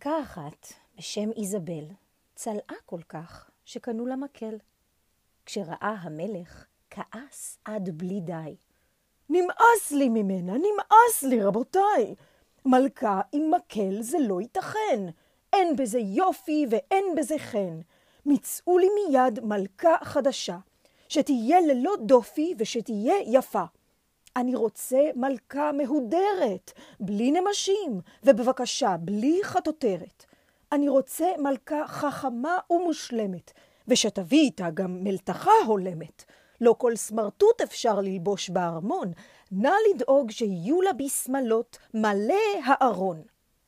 מלכה אחת בשם איזבל צלעה כל כך שקנו לה מקל. כשראה המלך כעס עד בלי די. נמאס לי ממנה, נמאס לי רבותיי. מלכה עם מקל זה לא ייתכן. אין בזה יופי ואין בזה חן. מצאו לי מיד מלכה חדשה, שתהיה ללא דופי ושתהיה יפה. אני רוצה מלכה מהודרת, בלי נמשים, ובבקשה, בלי חטוטרת. אני רוצה מלכה חכמה ומושלמת, ושתביא איתה גם מלתחה הולמת. לא כל סמרטוט אפשר ללבוש בארמון, נא לדאוג שיהיו לה בשמלות מלא הארון.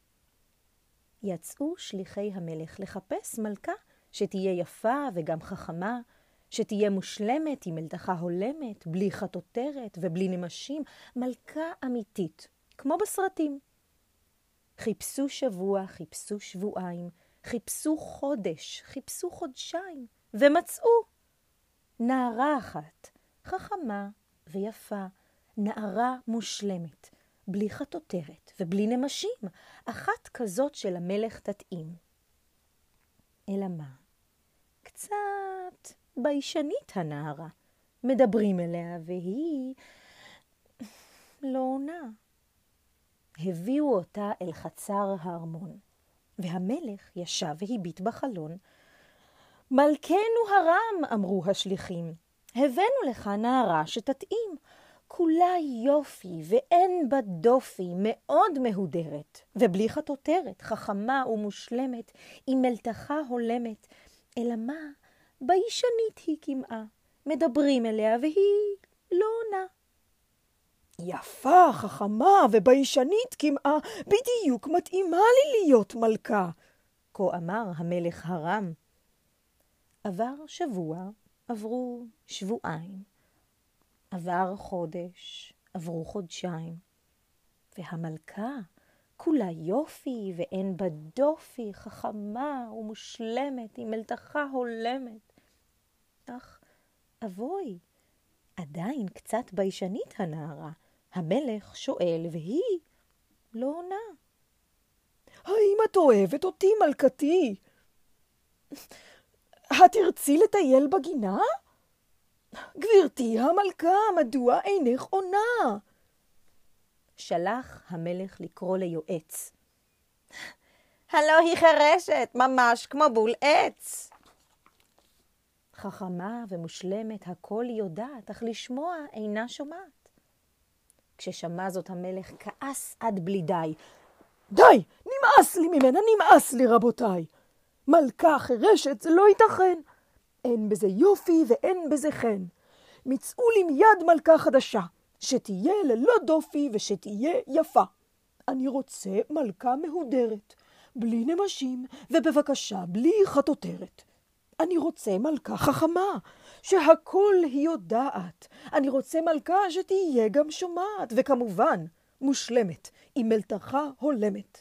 יצאו שליחי המלך לחפש מלכה שתהיה יפה וגם חכמה, שתהיה מושלמת עם מלתחה הולמת, בלי חטוטרת ובלי נמשים, מלכה אמיתית, כמו בסרטים. חיפשו שבוע, חיפשו שבועיים, חיפשו חודש, חיפשו חודשיים, ומצאו נערה אחת, חכמה ויפה, נערה מושלמת, בלי חטוטרת ובלי נמשים, אחת כזאת של המלך תתאים. אלא מה? קצת ביישנית הנערה. מדברים אליה והיא לא עונה. הביאו אותה אל חצר הארמון, והמלך ישב והביט בחלון. מלכנו הרם, אמרו השליחים, הבאנו לך נערה שתתאים. כולה יופי ואין בה דופי, מאוד מהודרת, ובלי חטוטרת, חכמה ומושלמת, עם מלתחה הולמת. אלא מה? ביישנית היא כמעה. מדברים אליה והיא לא עונה. יפה, חכמה וביישנית כמעה, בדיוק מתאימה לי להיות מלכה. כה אמר המלך הרם. עבר שבוע, עברו שבועיים. עבר חודש, עברו חודשיים. והמלכה כולה יופי ואין בה דופי, חכמה ומושלמת עם מלתחה הולמת. אך אבוי, עדיין קצת ביישנית הנערה. המלך שואל והיא לא עונה. האם את אוהבת אותי, מלכתי? התרצי לטייל בגינה? גברתי המלכה, מדוע אינך עונה? שלח המלך לקרוא ליועץ. הלא היא חרשת, ממש כמו בול עץ. חכמה ומושלמת הכל יודעת, אך לשמוע אינה שומעת. כששמע זאת המלך כעס עד בלי די. די, נמאס לי ממנה, נמאס לי רבותיי. מלכה חירשת זה לא ייתכן. אין בזה יופי ואין בזה חן. מצאו לי מיד מלכה חדשה, שתהיה ללא דופי ושתהיה יפה. אני רוצה מלכה מהודרת, בלי נמשים ובבקשה בלי חטוטרת. אני רוצה מלכה חכמה, שהכל היא יודעת. אני רוצה מלכה שתהיה גם שומעת, וכמובן מושלמת, עם מלתחה הולמת.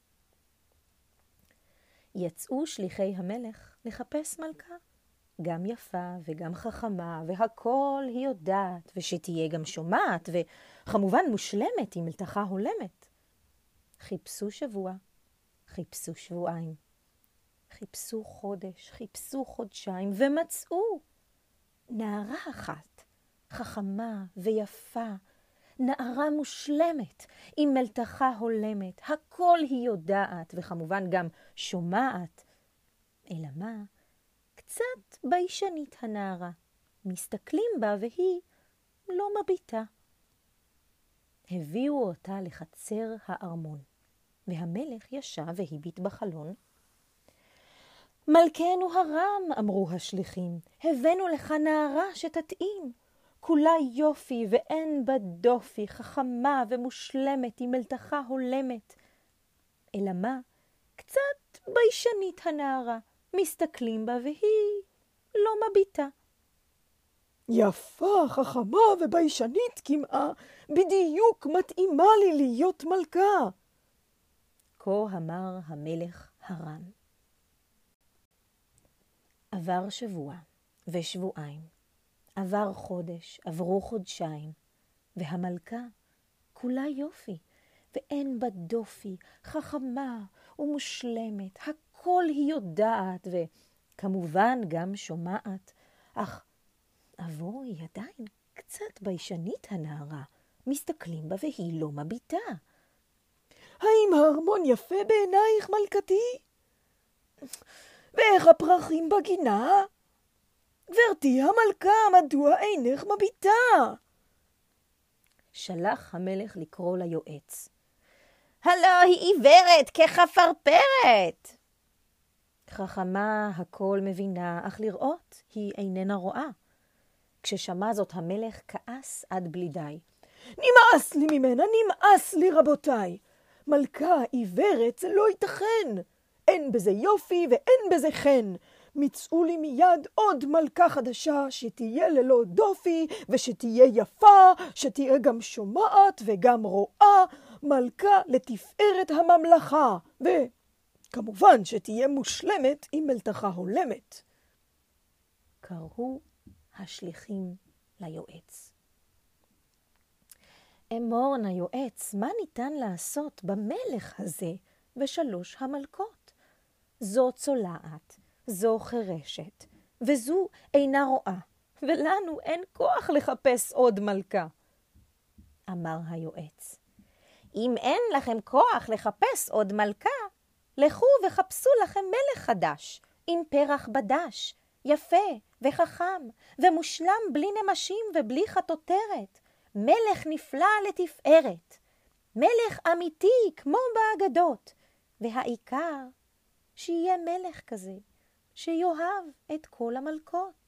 יצאו שליחי המלך לחפש מלכה, גם יפה וגם חכמה, והכל היא יודעת, ושתהיה גם שומעת, וכמובן מושלמת עם מלתחה הולמת. חיפשו שבוע, חיפשו שבועיים, חיפשו חודש, חיפשו חודשיים, ומצאו נערה אחת, חכמה ויפה, נערה מושלמת, עם מלתחה הולמת, הכל היא יודעת, וכמובן גם שומעת. אלא מה? קצת ביישנית הנערה. מסתכלים בה והיא לא מביטה. הביאו אותה לחצר הארמון, והמלך ישב והביט בחלון. מלכנו הרם, אמרו השליחים, הבאנו לך נערה שתתאים. כולה יופי ואין בה דופי, חכמה ומושלמת עם מלתחה הולמת. אלא מה? קצת ביישנית הנערה. מסתכלים בה והיא לא מביטה. יפה, חכמה וביישנית כמעה, בדיוק מתאימה לי להיות מלכה. כה אמר המלך הרם. עבר שבוע ושבועיים, עבר חודש, עברו חודשיים, והמלכה כולה יופי, ואין בה דופי, חכמה ומושלמת, הכל היא יודעת, וכמובן גם שומעת. אך אבוי, היא עדיין קצת ביישנית הנערה, מסתכלים בה והיא לא מביטה. האם הארמון יפה בעינייך, מלכתי? ואיך הפרחים בגינה? גברתי המלכה, מדוע אינך מביטה? שלח המלך לקרוא ליועץ. הלא היא עיוורת כחפרפרת. חכמה הכל מבינה, אך לראות היא איננה רואה. כששמע זאת המלך כעס עד בלי די. נמאס לי ממנה, נמאס לי רבותיי. מלכה עיוורת זה לא ייתכן. אין בזה יופי ואין בזה חן. מצאו לי מיד עוד מלכה חדשה שתהיה ללא דופי ושתהיה יפה, שתהיה גם שומעת וגם רואה, מלכה לתפארת הממלכה, וכמובן שתהיה מושלמת עם מלתחה הולמת. קראו השליחים ליועץ. אמור נא יועץ, מה ניתן לעשות במלך הזה ושלוש המלכות? זו צולעת, זו חרשת, וזו אינה רואה, ולנו אין כוח לחפש עוד מלכה. אמר היועץ, אם אין לכם כוח לחפש עוד מלכה, לכו וחפשו לכם מלך חדש, עם פרח בדש, יפה וחכם, ומושלם בלי נמשים ובלי חטוטרת, מלך נפלא לתפארת, מלך אמיתי כמו באגדות, והעיקר שיהיה מלך כזה, שיאהב את כל המלכות.